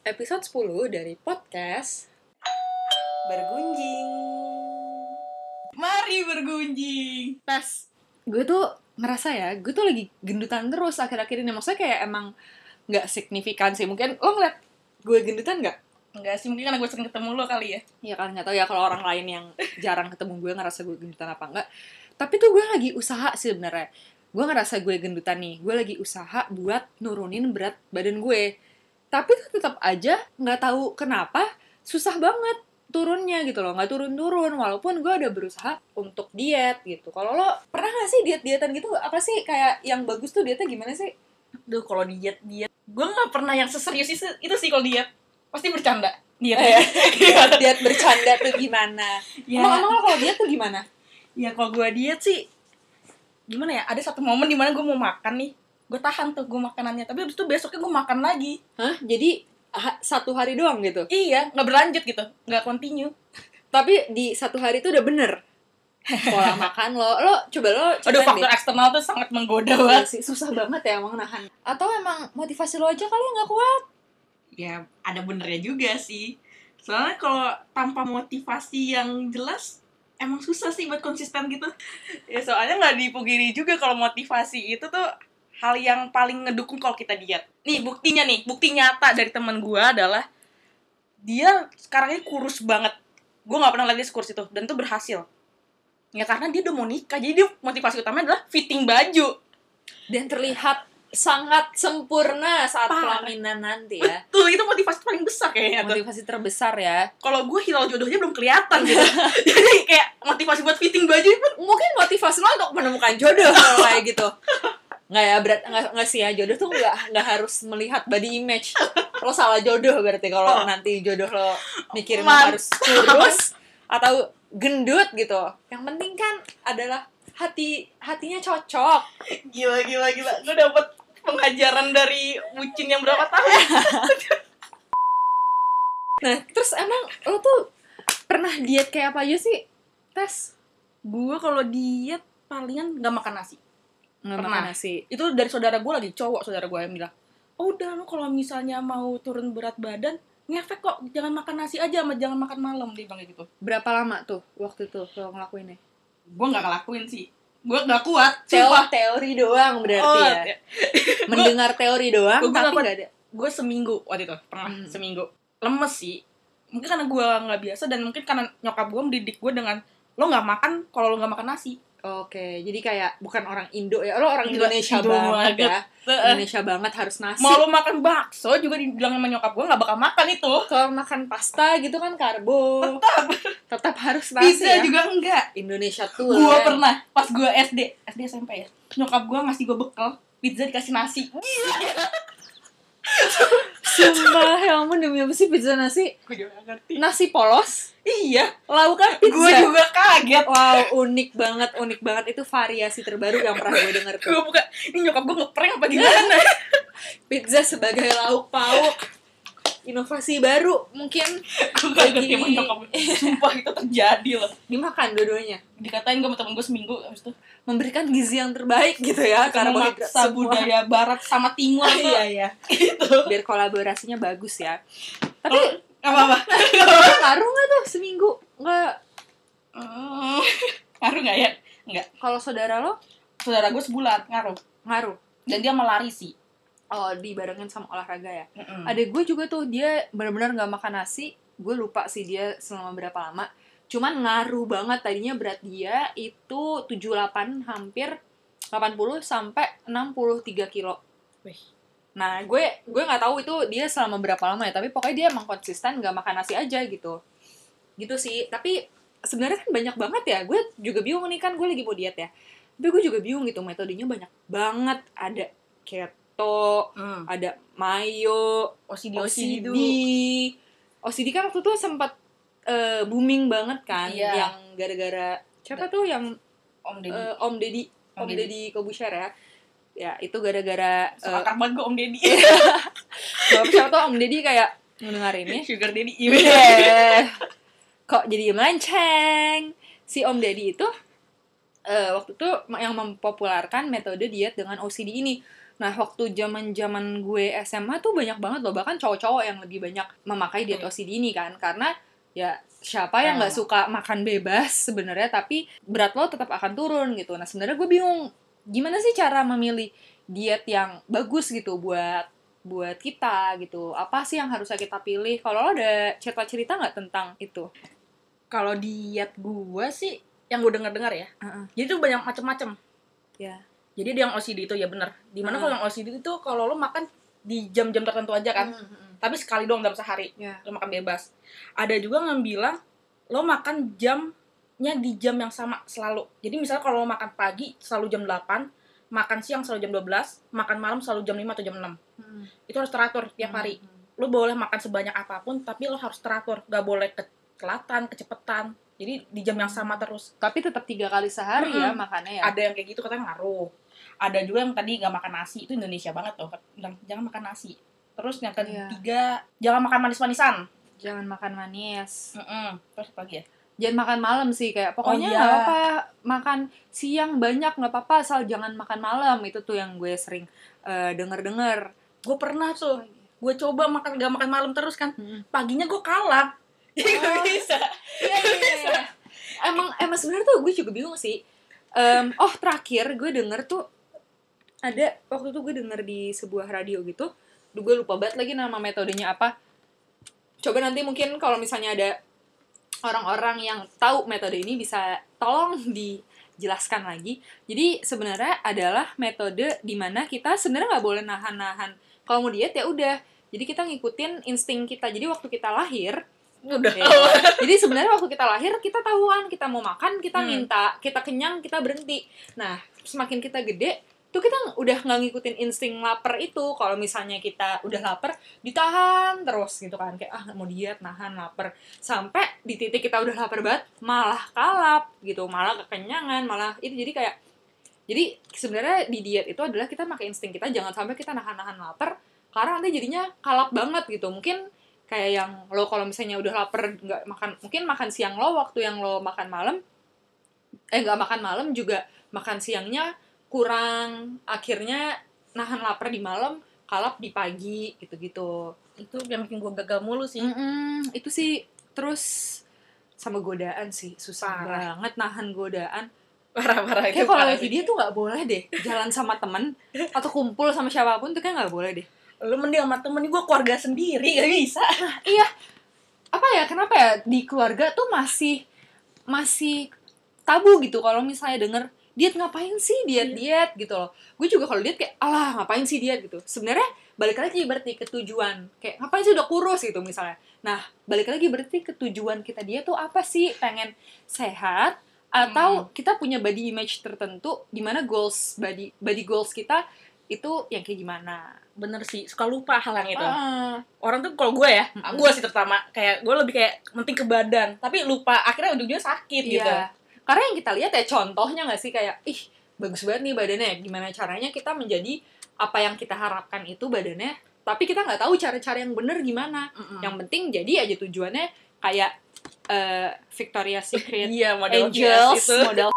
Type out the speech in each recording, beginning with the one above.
episode 10 dari podcast Bergunjing. Mari bergunjing. Gue tuh ngerasa ya, gue tuh lagi gendutan terus akhir-akhir ini. Maksudnya kayak emang gak signifikan sih. Mungkin lo ngeliat gue gendutan gak? Enggak sih, mungkin karena gue sering ketemu lo kali ya. Ya kan, gak tahu ya kalau orang lain yang jarang ketemu gue ngerasa gue gendutan apa enggak. Tapi tuh gue lagi usaha sih sebenarnya. Gue ngerasa gue gendutan nih. Gue lagi usaha buat nurunin berat badan gue. Tapi tuh tetap aja gak tahu kenapa susah banget turunnya gitu loh, nggak turun-turun walaupun gue udah berusaha untuk diet gitu. Kalau lo pernah nggak sih diet-dietan gitu? Apa sih kayak yang bagus tuh dietnya gimana sih? Duh, kalau diet gue nggak pernah yang seserius itu sih. Kalau diet pasti bercanda diet ya. Diet bercanda tuh gimana? Ya. Emang lo kalau diet tuh gimana? Ya kalau gue diet sih gimana ya, ada satu momen dimana gue mau makan nih, gue tahan tuh gue makanannya, tapi abis itu besoknya gue makan lagi. Hah? Jadi satu hari doang gitu? Iya, nggak berlanjut gitu, nggak continue. Tapi di satu hari itu udah bener pola makan lo coba Aduh, faktor eksternal tuh sangat menggoda banget sih. Susah banget ya emang nahan. Atau emang motivasi lo aja kali nggak kuat? Ya ada benernya juga sih, soalnya kalau tanpa motivasi yang jelas emang susah sih buat konsisten gitu. Ya soalnya nggak dipungkiri juga kalau motivasi itu tuh hal yang paling ngedukung kalau kita diet. Bukti nyata dari teman gue adalah dia sekarang ini kurus banget. Gue nggak pernah lihat dia sekurus itu, dan itu berhasil. Ya karena dia udah mau nikah, jadi dia motivasi utamanya adalah fitting baju. Dan terlihat sangat sempurna saat pelaminan nanti ya. Betul, itu motivasi paling besar kayaknya. Motivasi terbesar ya. Kalau gue hilal jodohnya belum kelihatan gitu. Jadi kayak motivasi buat fitting baju itu mungkin motivasi lo untuk menemukan jodoh kalau kayak gitu. Nggak ya, nggak sih ya, jodoh tuh nggak harus melihat body image. Lo salah jodoh berarti kalau nanti jodoh lo mikirin lo harus kurus atau gendut gitu. Yang penting kan adalah hatinya cocok. Gila. Gue dapet pengajaran dari bucin yang berapa tahun. Nah, terus emang lo tuh pernah diet kayak apa aja sih, Tes? Gue kalau diet palingan nggak makan nasi. Nggak makan nasi. Itu dari saudara gue lagi, cowok saudara gue yang bilang, oh udah lo kalau misalnya mau turun berat badan ngefek kok, jangan makan nasi aja sama jangan makan malam, dia bilang gitu. Berapa lama tuh waktu itu lo ngelakuinnya? Gue nggak ngelakuin sih, gue nggak kuat. Teori doang berarti ya. Mendengar teori doang tapi nggak ada. Gue seminggu waktu itu pernah seminggu lemes sih, mungkin karena gue nggak biasa, dan mungkin karena nyokap gue mendidik gue dengan lo nggak makan kalau lo nggak makan nasi. Oke, jadi kayak bukan orang Indo ya, lo orang Indonesia banget ya. Indonesia banget harus nasi. Mau lo makan bakso juga dibilang sama nyokap gue nggak bakal makan itu. Kalau makan pasta gitu kan karbo. Tetap harus nasi. Pizza ya. juga enggak. Indonesia tuh. Gue pernah pas gue SD SMP ya, nyokap gue ngasih gue bekal pizza dikasih nasi. Sumpah, ya ampun, demi apa sih pizza nasi? Gue juga gak ngerti. Nasi polos? Iya. Lauknya pizza. Gue juga kaget. Wow, unik banget. Itu variasi terbaru yang pernah gue denger tuh. Gue buka, ini nyokap gue ngeprank apa gimana? Pizza sebagai lauk pauk. Inovasi baru mungkin. Gue gak ngerti sama nyokap gue. Sumpah itu terjadi loh. Dimakan dua-duanya. Dikatain gue sama temen gue seminggu abis itu memberikan gizi yang terbaik gitu ya, karena memaksa budaya barat sama timur. Iya gitu. Biar kolaborasinya bagus ya. Tapi apa ngaruh nggak tuh seminggu? Nggak. Ngaruh nggak ya? Nggak. Kalau saudara gue sebulan ngaruh. Dan dia melari sih. Oh, dibarengin sama olahraga ya. Adek gue juga tuh, dia benar-benar nggak makan nasi. Gue lupa sih dia selama berapa lama. Cuman ngaruh banget, tadinya berat dia itu 78 hampir 80 sampai 63 kilo. Wih. Nah, gue nggak tahu itu dia selama berapa lama ya, tapi pokoknya dia emang konsisten nggak makan nasi aja gitu. Gitu sih. Tapi sebenarnya kan banyak banget ya. Gue juga bingung nih, kan gue lagi mau diet ya. Tapi gue juga bingung gitu, metodenya banyak banget. Ada keto, ada mayo, OCD kan waktu itu sempat booming banget kan, yang gara-gara siapa tuh yang Om Deddy Kobusier ya. Ya itu gara-gara akar banget gue Om Deddy. Siapa tuh Om Deddy kayak mendengar ini Sugar Daddy. Kok jadi melenceng. Si Om Deddy itu waktu itu yang mempopulerkan metode diet dengan OCD ini. Nah, waktu zaman gue SMA tuh banyak banget loh, bahkan cowok-cowok yang lebih banyak memakai diet OCD ini kan, karena ya siapa yang nggak suka makan bebas sebenarnya, tapi berat lo tetap akan turun gitu. Nah, sebenarnya gue bingung gimana sih cara memilih diet yang bagus gitu buat kita gitu. Apa sih yang harusnya kita pilih? Kalau lo ada cerita-cerita nggak tentang itu? Kalau diet gue sih yang gue dengar ya. Jadi tuh banyak macam-macam. Ya. Jadi dia yang OCD itu ya benar. Dimana kalau yang OCD itu kalau lo makan di jam-jam tertentu aja kan. Tapi sekali doang dalam sehari. Lo makan bebas. Ada juga yang bilang lo makan jamnya di jam yang sama selalu. Jadi misalnya kalau lo makan pagi selalu jam 8, makan siang selalu jam 12, makan malam selalu jam 5 atau jam 6. Itu harus teratur tiap hari. Lo boleh makan sebanyak apapun, tapi lo harus teratur. Gak boleh kelatan, kecepetan. Jadi di jam yang sama terus. Tapi tetap 3 kali sehari ya makannya ya. Ada yang kayak gitu katanya ngaruh. Ada juga yang tadi gak makan nasi. Itu Indonesia banget tuh. Jangan makan nasi. Terus yang ketiga, jangan makan manis-manisan. Jangan makan manis. Terus apa lagi ya? Jangan makan malam sih, kayak pokoknya nggak apa-apa makan siang banyak nggak apa-apa, asal jangan makan malam. Itu tuh yang gue sering denger. Gue pernah tuh, gue coba gak makan malam terus kan, paginya gue kalah. Gak bisa. Iya. Emang sebenarnya tuh gue juga bingung sih. Terakhir gue denger tuh ada waktu itu gue denger di sebuah radio gitu. Gue lupa banget lagi nama metodenya apa. Coba nanti mungkin kalau misalnya ada orang-orang yang tahu metode ini bisa tolong dijelaskan lagi. Jadi sebenarnya adalah metode di mana kita sebenarnya nggak boleh nahan-nahan. Kalau mau diet ya udah. Jadi kita ngikutin insting kita. Jadi waktu kita lahir udah. Jadi sebenarnya waktu kita lahir kita tahuan kita mau makan, kita minta, kita kenyang, kita berhenti. Nah, semakin kita gede tuh kita udah nggak ngikutin insting lapar itu. Kalau misalnya kita udah lapar, ditahan terus gitu kan, kayak mau diet, nahan lapar, sampai di titik kita udah lapar banget, malah kalap gitu, malah kekenyangan, malah itu. Jadi sebenarnya di diet itu adalah kita pakai insting kita, jangan sampai kita nahan-nahan lapar, karena nanti jadinya kalap banget gitu. Mungkin kayak yang lo kalau misalnya udah lapar nggak makan, mungkin makan siang lo waktu yang lo makan malam, nggak makan malam juga makan siangnya kurang, akhirnya nahan lapar di malam, kalap di pagi, gitu-gitu. Itu yang bikin gue gagal mulu sih. Itu sih. Terus sama godaan sih, susah banget nahan godaan. Parah kayak kalau lagi dia tuh nggak boleh deh jalan sama temen atau kumpul sama siapapun tuh kayak nggak boleh deh. Lu mending sama temen, gue keluarga sendiri gak bisa. Nah, iya. Apa ya, kenapa ya di keluarga tuh masih tabu gitu kalau misalnya denger diet, ngapain sih diet gitu loh. Gue juga kalau diet kayak alah ngapain sih diet gitu. Sebenarnya balik lagi berarti ke tujuan. Kayak ngapain sih udah kurus gitu misalnya. Nah, balik lagi berarti ke tujuan kita dia tuh apa sih? Pengen sehat atau kita punya body image tertentu di mana goals body goals kita itu yang kayak gimana. Bener sih, suka lupa hal yang itu. Orang tuh kalau gue ya, gue sih terutama, kayak gue lebih kayak penting ke badan, tapi lupa, akhirnya ujung-ujungnya sakit gitu. Karena yang kita lihat ya contohnya nggak sih, kayak bagus banget nih badannya, gimana caranya kita menjadi apa yang kita harapkan itu badannya, tapi kita nggak tahu cara-cara yang bener gimana. Yang penting jadi aja tujuannya kayak Victoria's Secret, Angels, model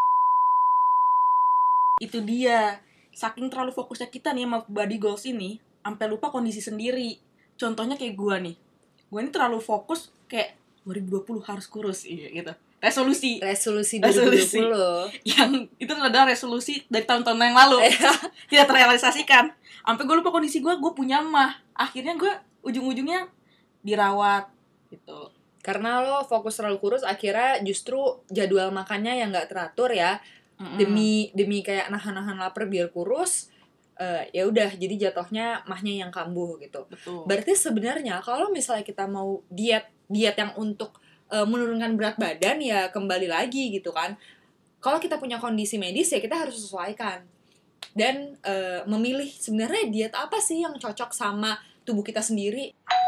itu dia. Saking terlalu fokusnya kita nih sama body goals ini, sampai lupa kondisi sendiri. Contohnya kayak gue nih. Gue ini terlalu fokus kayak 2020 harus kurus gitu. Resolusi 2020. Yang itu adalah resolusi dari tahun-tahun yang lalu. Tidak terrealisasikan. Sampai gue lupa kondisi gue punya mah. Akhirnya gue ujung-ujungnya dirawat gitu. Karena lo fokus terlalu kurus, akhirnya justru jadwal makannya yang nggak teratur ya. Demi kayak nahan lapar biar kurus, ya udah jadi jatuhnya mahnya yang kambuh gitu. Betul. Berarti sebenarnya kalau misalnya kita mau diet yang untuk menurunkan berat badan, ya kembali lagi gitu kan, kalau kita punya kondisi medis ya kita harus sesuaikan dan memilih sebenarnya diet apa sih yang cocok sama tubuh kita sendiri.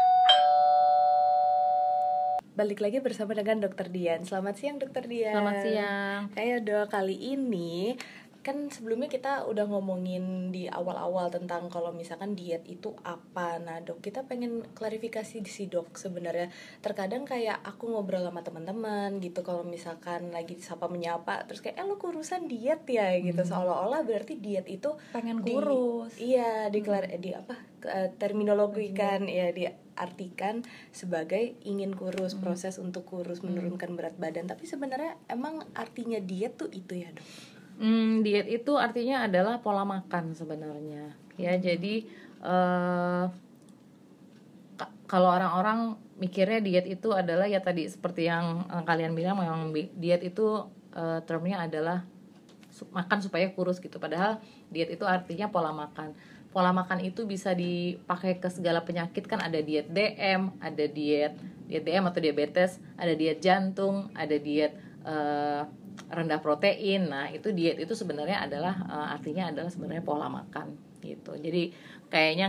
Balik lagi bersama dengan Dr. Dian. Selamat siang Dr. Dian. Selamat siang. Ayo dok, kali ini kan sebelumnya kita udah ngomongin di awal-awal tentang kalau misalkan diet itu apa. Nah dok, kita pengen klarifikasi di si dok sebenarnya. Terkadang kayak aku ngobrol sama teman-teman gitu, kalau misalkan lagi sapa menyapa terus kayak lo kurusan diet ya gitu, seolah-olah berarti diet itu pengen kurus. Iya, terminologikan ya, diartikan sebagai ingin kurus, proses untuk kurus, menurunkan berat badan. Tapi sebenarnya emang artinya diet tuh itu ya dok? Diet itu artinya adalah pola makan sebenarnya ya. Jadi kalau orang-orang mikirnya diet itu adalah ya tadi seperti yang kalian bilang, memang diet itu termnya adalah makan supaya kurus gitu. Padahal diet itu artinya pola makan. Pola makan itu bisa dipakai ke segala penyakit kan. Ada diet DM, ada diet DM atau diabetes, ada diet jantung, ada diet rendah protein. Nah itu diet itu sebenarnya adalah artinya adalah sebenarnya pola makan gitu. Jadi kayaknya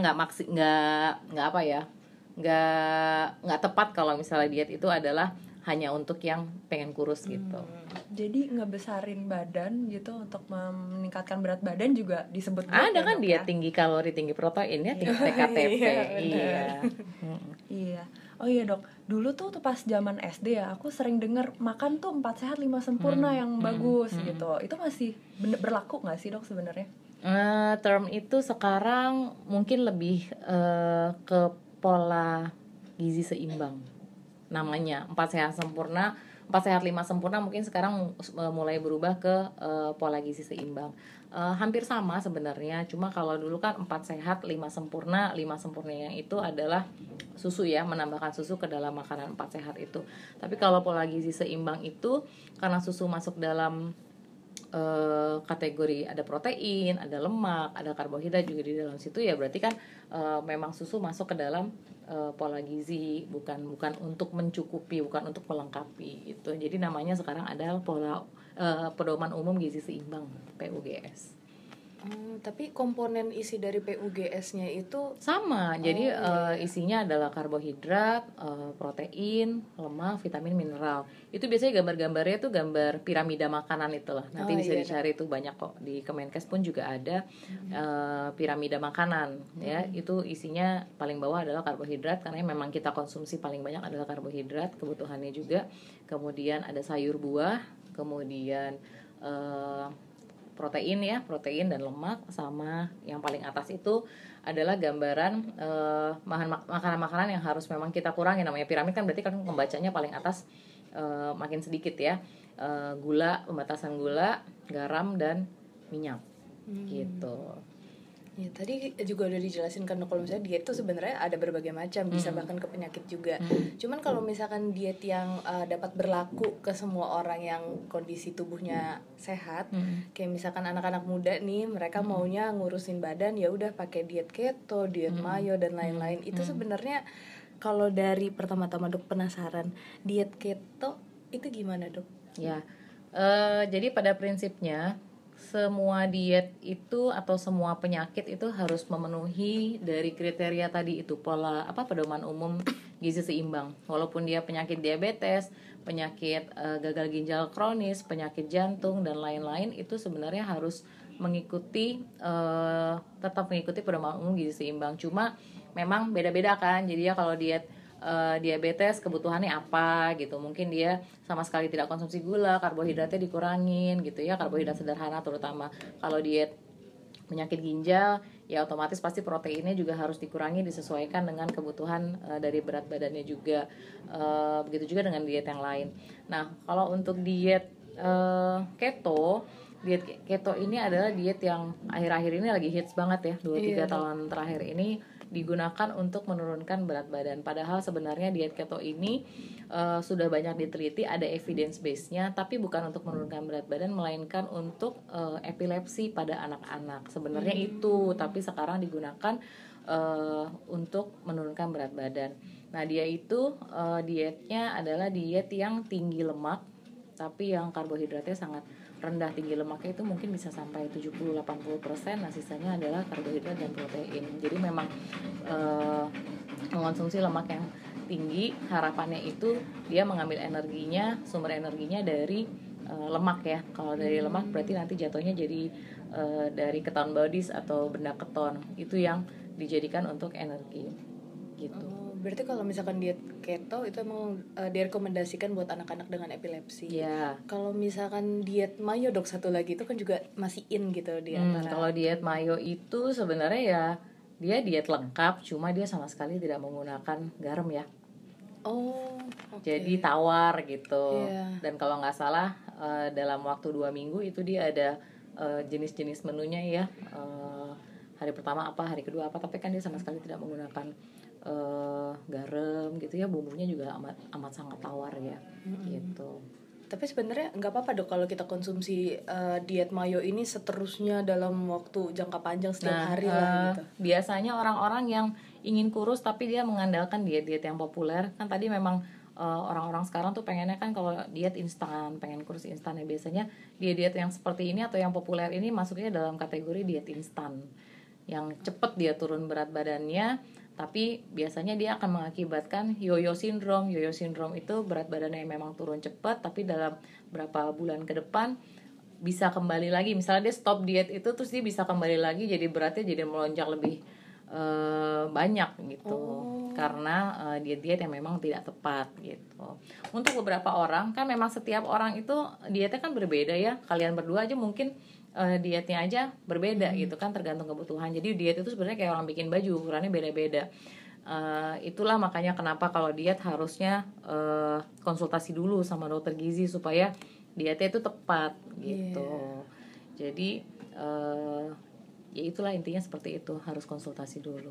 nggak tepat kalau misalnya diet itu adalah hanya untuk yang pengen kurus gitu. Jadi ngebesarin badan gitu untuk meningkatkan berat badan juga disebut diet. Ada ya, kan dok, diet ya? tinggi kalori tinggi protein ya, tinggi TKTP. Iya. Iya. Oh iya dok, dulu tuh pas zaman SD ya, aku sering denger makan tuh 4 sehat 5 sempurna yang bagus gitu. Itu masih berlaku nggak sih dok sebenarnya? Term itu sekarang mungkin lebih ke pola gizi seimbang namanya. 4 sehat 5 sempurna mungkin sekarang mulai berubah ke pola gizi seimbang. Hampir sama sebenarnya, cuma kalau dulu kan 4 sehat 5 sempurna. 5 sempurnanya itu adalah susu ya, menambahkan susu ke dalam makanan 4 sehat itu. Tapi kalau pola gizi seimbang itu karena susu masuk dalam kategori ada protein, ada lemak, ada karbohidrat juga di dalam situ ya, berarti kan memang susu masuk ke dalam pola gizi, bukan untuk mencukupi, bukan untuk melengkapi gitu. Jadi namanya sekarang adalah pola pedoman umum gizi seimbang, PUGS. Tapi komponen isi dari PUGS-nya itu sama. Jadi isinya adalah karbohidrat, protein, lemak, vitamin, mineral. Itu biasanya gambar-gambarnya tuh gambar piramida makanan itulah. Nanti bisa dicari tuh, banyak kok di Kemenkes pun juga ada piramida makanan ya. Itu isinya paling bawah adalah karbohidrat karena memang kita konsumsi paling banyak adalah karbohidrat, kebutuhannya juga. Kemudian ada sayur buah, kemudian protein dan lemak, sama yang paling atas itu adalah gambaran makanan-makanan yang harus memang kita kurangi. Namanya piramid kan berarti kan membacanya paling atas makin sedikit ya. Gula, pembatasan gula, garam dan minyak gitu. Ya, tadi juga udah dijelasin kan kalau misalnya diet itu sebenarnya ada berbagai macam, bisa bahkan ke penyakit juga. Cuman kalau misalkan diet yang dapat berlaku ke semua orang yang kondisi tubuhnya sehat, kayak misalkan anak-anak muda nih, mereka maunya ngurusin badan, ya udah pakai diet keto, diet mayo dan lain-lain. Itu sebenarnya kalau dari pertama-tama dok penasaran, diet keto itu gimana dok? Ya, jadi pada prinsipnya semua diet itu atau semua penyakit itu harus memenuhi dari kriteria tadi itu, pola pedoman umum gizi seimbang. Walaupun dia penyakit diabetes, penyakit gagal ginjal kronis, penyakit jantung dan lain-lain, itu sebenarnya harus tetap mengikuti pedoman umum gizi seimbang. Cuma memang beda-beda kan. Jadi ya kalau diet diabetes kebutuhannya apa gitu, mungkin dia sama sekali tidak konsumsi gula, karbohidratnya dikurangin gitu ya, karbohidrat sederhana terutama. Kalau diet penyakit ginjal ya otomatis pasti proteinnya juga harus dikurangi, disesuaikan dengan kebutuhan dari berat badannya juga. Begitu juga dengan diet yang lain. Nah kalau untuk diet diet keto ini adalah diet yang akhir-akhir ini lagi hits banget ya, 2-3 tahun terakhir ini digunakan untuk menurunkan berat badan. Padahal sebenarnya diet keto ini sudah banyak diteliti, ada evidence base-nya, tapi bukan untuk menurunkan berat badan, melainkan untuk epilepsi pada anak-anak. Sebenarnya itu, tapi sekarang digunakan untuk menurunkan berat badan. Nah, dia itu dietnya adalah diet yang tinggi lemak, tapi yang karbohidratnya sangat rendah. Tinggi lemaknya itu mungkin bisa sampai 70-80%, nah sisanya adalah karbohidrat dan protein. Jadi memang mengonsumsi lemak yang tinggi, harapannya itu dia mengambil energinya, sumber energinya dari lemak ya. Kalau dari lemak berarti nanti jatuhnya jadi dari keton bodies atau benda keton, itu yang dijadikan untuk energi gitu. Berarti kalau misalkan diet keto itu emang direkomendasikan buat anak-anak dengan epilepsi. Ya. Kalau misalkan diet mayo dok satu lagi itu kan juga masih in gitu di antara. Kalau diet mayo itu sebenarnya ya dia diet lengkap, cuma dia sama sekali tidak menggunakan garam ya. Oh, Jadi tawar gitu. Iya. Dan kalau nggak salah dalam waktu 2 minggu itu dia ada jenis-jenis menunya ya. Hari pertama apa, hari kedua apa, tapi kan dia sama sekali tidak menggunakan garam gitu ya. Bumbunya juga amat sangat tawar ya, gitu. Tapi sebenarnya nggak apa-apa dok kalau kita konsumsi diet mayo ini seterusnya dalam waktu jangka panjang setiap hari lah gitu. Biasanya orang-orang yang ingin kurus tapi dia mengandalkan diet-diet yang populer, kan tadi memang orang-orang sekarang tuh pengennya kan kalau diet instan, pengen kurus instan ya. Biasanya diet-diet yang seperti ini atau yang populer ini masuknya dalam kategori diet instan, yang cepet dia turun berat badannya, tapi biasanya dia akan mengakibatkan yo-yo syndrome. Yo-yo syndrome itu berat badannya memang turun cepat, tapi dalam berapa bulan ke depan bisa kembali lagi. Misalnya dia stop diet itu, terus dia bisa kembali lagi, jadi beratnya jadi melonjak lebih banyak gitu. Karena diet-diet yang memang tidak tepat gitu. Untuk beberapa orang, kan memang setiap orang itu dietnya kan berbeda ya. Kalian berdua aja mungkin dietnya aja berbeda gitu kan, tergantung kebutuhan. Jadi diet itu sebenarnya kayak orang bikin baju, ukurannya beda-beda. Itulah makanya kenapa kalau diet harusnya konsultasi dulu sama dokter gizi supaya dietnya itu tepat gitu. Jadi ya itulah intinya seperti itu, harus konsultasi dulu.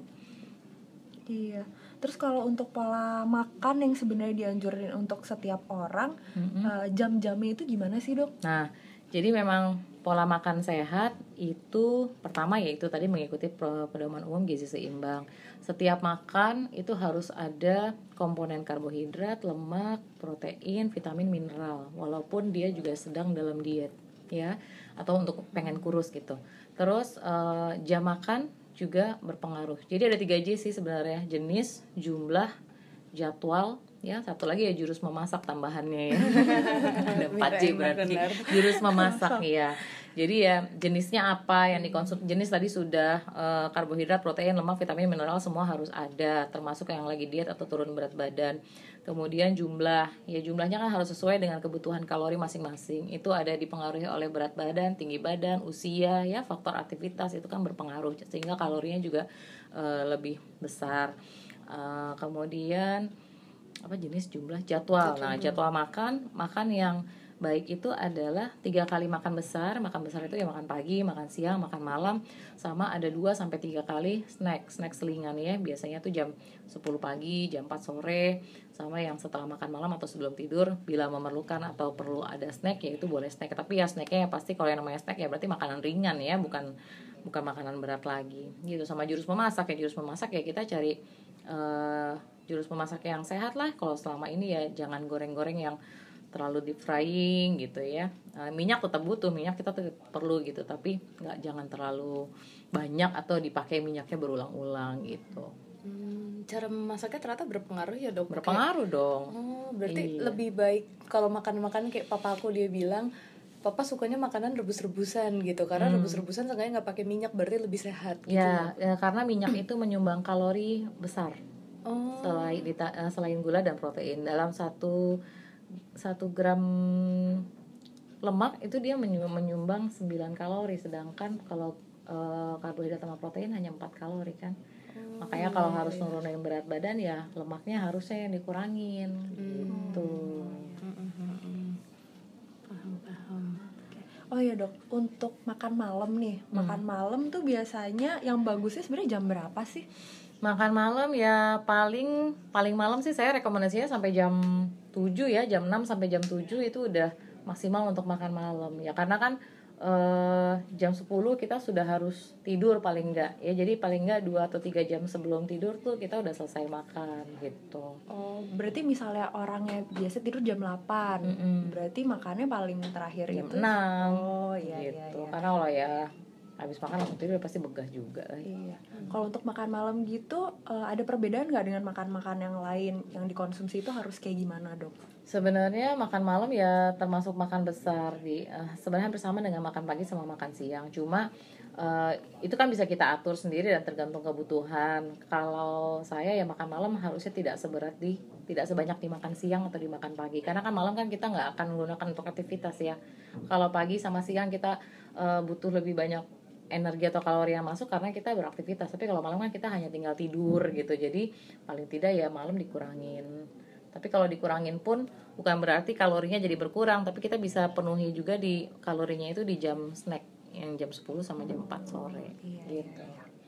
Iya. Terus kalau untuk pola makan yang sebenarnya dianjurin untuk setiap orang, jam-jamnya itu gimana sih dok? Nah, jadi memang pola makan sehat itu pertama yaitu tadi mengikuti pedoman umum gizi seimbang. Setiap makan itu harus ada komponen karbohidrat, lemak, protein, vitamin, mineral, walaupun dia juga sedang dalam diet ya, atau untuk pengen kurus gitu. Terus jam makan juga berpengaruh. Jadi ada 3J sih sebenarnya, jenis, jumlah, jadwal, ya satu lagi ya jurus memasak tambahannya ya. Ada 4J berarti jurus memasak ya. Jadi ya jenisnya apa yang dikonsumsi, jenis tadi sudah karbohidrat, protein, lemak, vitamin, mineral semua harus ada, termasuk yang lagi diet atau turun berat badan. Kemudian jumlah, ya jumlahnya kan harus sesuai dengan kebutuhan kalori masing-masing. Itu ada dipengaruhi oleh berat badan, tinggi badan, usia, ya faktor aktivitas itu kan berpengaruh sehingga kalorinya juga lebih besar. Kemudian apa jenis, jumlah, jadwal. Nah, jadwal makan yang baik itu adalah 3 kali makan besar. Makan besar itu ya makan pagi, makan siang, makan malam, sama ada 2-3 kali snack selingan ya. Biasanya tuh jam 10 pagi, jam 4 sore, sama yang setelah makan malam atau sebelum tidur. Bila memerlukan atau perlu ada snack ya itu boleh snack. Tapi ya snacknya ya pasti kalau yang namanya snack ya berarti makanan ringan ya, bukan makanan berat lagi gitu. Sama jurus memasak ya kita cari jurus memasak yang sehat lah. Kalau selama ini ya jangan goreng-goreng yang terlalu deep frying gitu ya. Minyak tetap butuh, minyak kita tetap perlu gitu, tapi jangan terlalu banyak atau dipakai minyaknya berulang-ulang gitu. Cara memasaknya ternyata berpengaruh ya dok? Berpengaruh dong. Berarti lebih baik kalau makan kayak papa aku, dia bilang papa sukanya makanan rebus-rebusan gitu, karena rebus-rebusan seenggaknya nggak pakai minyak, berarti lebih sehat gitu. Ya, karena minyak itu menyumbang kalori besar. Selain gula dan protein. Dalam 1 gram lemak itu dia menyumbang 9 kalori, sedangkan kalau karbohidrat sama protein hanya 4 kalori kan. Makanya kalau harus nurunin berat badan ya lemaknya harusnya yang dikurangin gitu. Oh ya dok, untuk makan malam nih, makan malam tuh biasanya yang bagusnya sebenarnya jam berapa sih? Makan malam ya paling malam sih saya rekomendasinya sampai jam 7 ya, jam 6 sampai jam 7 itu udah maksimal untuk makan malam ya, karena kan jam 10 kita sudah harus tidur paling enggak ya, jadi paling enggak 2 atau 3 jam sebelum tidur tuh kita udah selesai makan gitu. Oh, berarti misalnya orangnya biasa tidur jam 8, berarti makannya paling terakhir jam itu 6 oh iya gitu. iya. Karena kalau ya habis makan langsung tidur pasti begah juga. Iya. Kalau untuk makan malam gitu ada perbedaan nggak dengan makan-makan yang lain yang dikonsumsi itu harus kayak gimana, Dok? Sebenarnya makan malam ya termasuk makan besar sebenarnya hampir sama dengan makan pagi sama makan siang. Cuma itu kan bisa kita atur sendiri dan tergantung kebutuhan. Kalau saya ya makan malam harusnya tidak sebanyak dimakan siang atau dimakan pagi. Karena kan malam kan kita nggak akan menggunakan untuk aktivitas ya. Kalau pagi sama siang kita butuh lebih banyak energi atau kalori yang masuk karena kita beraktivitas. Tapi kalau malam kan kita hanya tinggal tidur gitu. Jadi paling tidak ya malam dikurangin. Tapi kalau dikurangin pun bukan berarti kalorinya jadi berkurang, tapi kita bisa penuhi juga di kalorinya itu di jam snack yang jam 10 sama jam 4 sore. Gitu.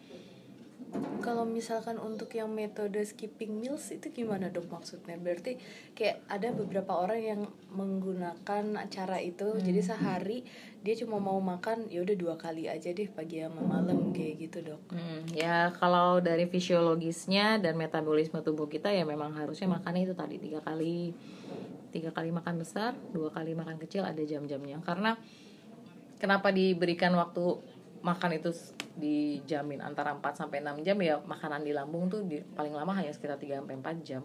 Kalau misalkan untuk yang metode skipping meals itu gimana, Dok, maksudnya? Berarti kayak ada beberapa orang yang menggunakan cara itu, jadi sehari dia cuma mau makan ya udah 2 kali aja deh, pagi sama malam kayak gitu, Dok. Ya kalau dari fisiologisnya dan metabolisme tubuh kita ya memang harusnya makannya itu tadi 3 kali makan besar, 2 kali makan kecil, ada jam-jamnya. Karena kenapa diberikan waktu makan itu dijamin antara 4 sampai 6 jam ya, makanan di lambung tuh paling lama hanya sekitar 3 sampai 4 jam.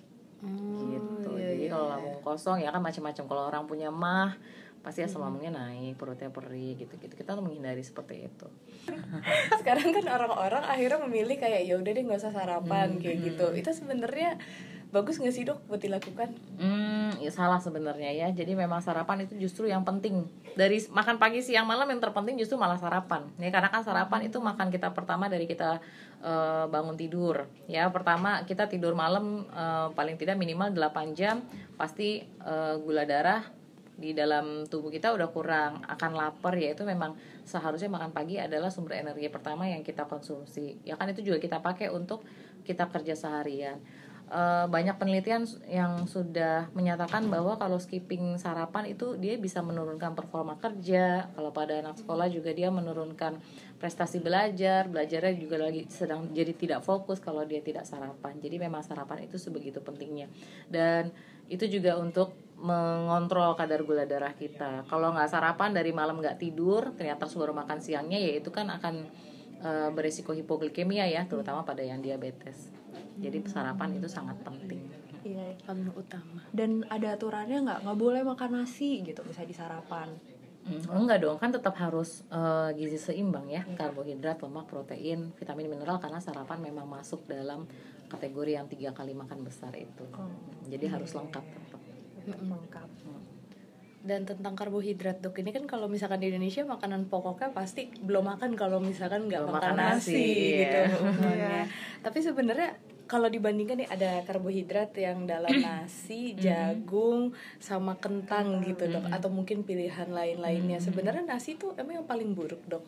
Gitu. Jadi kalau lambung kosong ya kan macam-macam. Kalau orang punya mah pasti asam lambungnya naik, perutnya perih gitu-gitu. Kita tuh menghindari seperti itu. Sekarang kan orang-orang akhirnya memilih kayak ya udah deh nggak usah sarapan kayak gitu. Itu sebenarnya bagus nggak sih, Dok, buat dilakukan? Ya salah sebenarnya ya. Jadi memang sarapan itu justru yang penting. Dari makan pagi, siang, malam yang terpenting justru malah sarapan. Ya karena kan sarapan itu makan kita pertama dari kita bangun tidur. Ya pertama kita tidur malam paling tidak minimal 8 jam, pasti gula darah di dalam tubuh kita udah kurang, akan lapar. Ya itu memang seharusnya makan pagi adalah sumber energi pertama yang kita konsumsi. Ya kan itu juga kita pakai untuk kita kerja seharian. Banyak penelitian yang sudah menyatakan bahwa kalau skipping sarapan itu dia bisa menurunkan performa kerja. Kalau pada anak sekolah juga dia menurunkan prestasi belajarnya juga lagi sedang jadi tidak fokus kalau dia tidak sarapan. Jadi memang sarapan itu sebegitu pentingnya. Dan itu juga untuk mengontrol kadar gula darah kita. Kalau nggak sarapan dari malam nggak tidur, ternyata baru makan siangnya, ya itu kan akan berisiko hipoglikemia ya, terutama pada yang diabetes. Jadi sarapan itu sangat penting. Iya, paling utama. Dan ada aturannya nggak boleh makan nasi gitu misalnya di sarapan? Enggak dong, kan tetap harus gizi seimbang ya, karbohidrat, lemak, protein, vitamin, mineral, karena sarapan memang masuk dalam kategori yang 3 kali makan besar itu. Jadi harus lengkap tetap. Lengkap. Dan tentang karbohidrat, Dok, ini kan kalau misalkan di Indonesia makanan pokoknya pasti belum makan kalau misalkan nggak makan nasi gitu. Tapi sebenarnya kalau dibandingkan nih ada karbohidrat yang dalam nasi, jagung, sama kentang gitu, Dok, atau mungkin pilihan lain-lainnya. Sebenarnya nasi tuh emang yang paling buruk, Dok?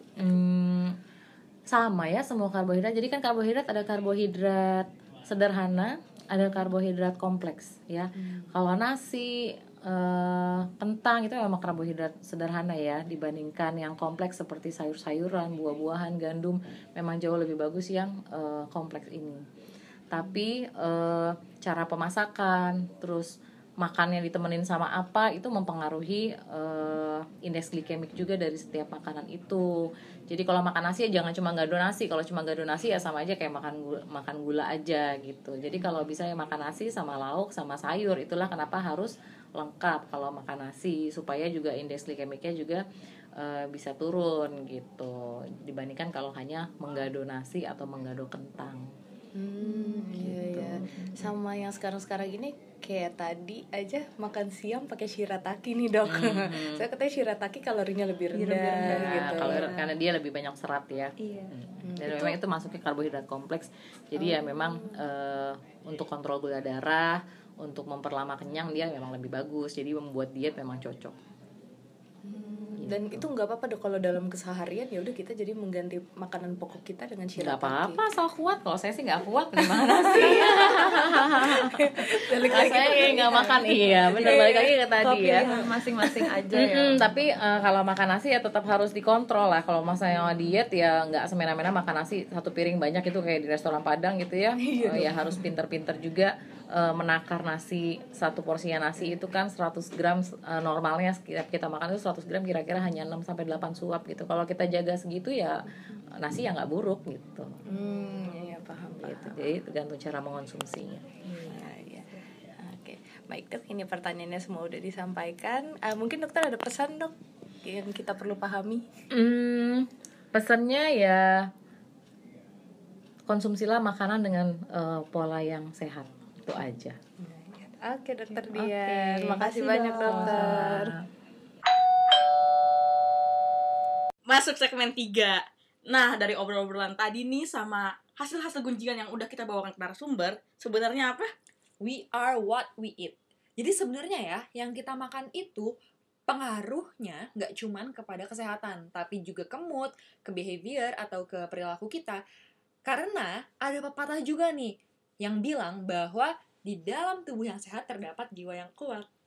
Sama ya semua karbohidrat. Jadi kan karbohidrat ada karbohidrat sederhana, ada karbohidrat kompleks ya. Kalau nasi, kentang itu memang karbohidrat sederhana ya, dibandingkan yang kompleks seperti sayur-sayuran, buah-buahan, gandum, memang jauh lebih bagus yang kompleks ini. Tapi cara pemasakan, terus makannya ditemenin sama apa, itu mempengaruhi indeks glikemik juga dari setiap makanan itu. Jadi kalau makan nasi ya jangan cuma gado nasi. Kalau cuma gado nasi ya sama aja kayak makan gula aja gitu. Jadi kalau bisa ya makan nasi sama lauk sama sayur. Itulah kenapa harus lengkap kalau makan nasi, supaya juga indeks glikemiknya juga bisa turun gitu, dibandingkan kalau hanya menggado nasi atau menggado kentang. Gitu. Iya. Sama yang sekarang ini kayak tadi aja makan siang pakai shirataki nih, Dok. Saya katanya shirataki kalorinya lebih rendah gitu. Karena dia lebih banyak serat ya. Iya. Dan memang itu masuknya karbohidrat kompleks. Jadi ya memang untuk kontrol gula darah, untuk memperlama kenyang dia memang lebih bagus. Jadi membuat diet memang cocok. Dan itu nggak apa-apa, Dok, kalau dalam keseharian ya udah kita jadi mengganti makanan pokok kita dengan shirataki. Nggak apa-apa, asal kuat. Kalau saya sih nggak kuat, gimana sih? Saya nggak makan, iya benar, balik lagi ke tadi ya. Masing-masing aja ya. Tapi kalau makan nasi ya tetap harus dikontrol lah. Kalau misalnya diet ya nggak semena-mena makan nasi 1 piring banyak itu kayak di restoran Padang gitu ya. Ya harus pinter-pinter juga menakar nasi, satu porsinya nasi itu kan 100 gram, normalnya kita makan itu 100 gram kira-kira hanya 6-8 suap gitu. Kalau kita jaga segitu ya nasi ya nggak buruk gitu. Iya paham. Gitu. Jadi tergantung cara mengonsumsinya. Iya. Oke, baik dok, ini pertanyaannya semua udah disampaikan. Mungkin dokter ada pesan dok yang kita perlu pahami? Pesannya ya konsumsilah makanan dengan pola yang sehat, itu aja. Oke dokter Oke, Dian, makasih makasih, banyak Dok. dokter. Masuk segmen 3. Nah, dari obrolan tadi nih sama hasil-hasil gunjingan yang udah kita bawakan ke narasumber, sebenarnya apa? We are what we eat. Jadi sebenarnya ya, yang kita makan itu pengaruhnya nggak cuman kepada kesehatan, tapi juga ke mood, ke behavior, atau ke perilaku kita. Karena ada pepatah juga nih, yang bilang bahwa di dalam tubuh yang sehat terdapat jiwa yang kuat.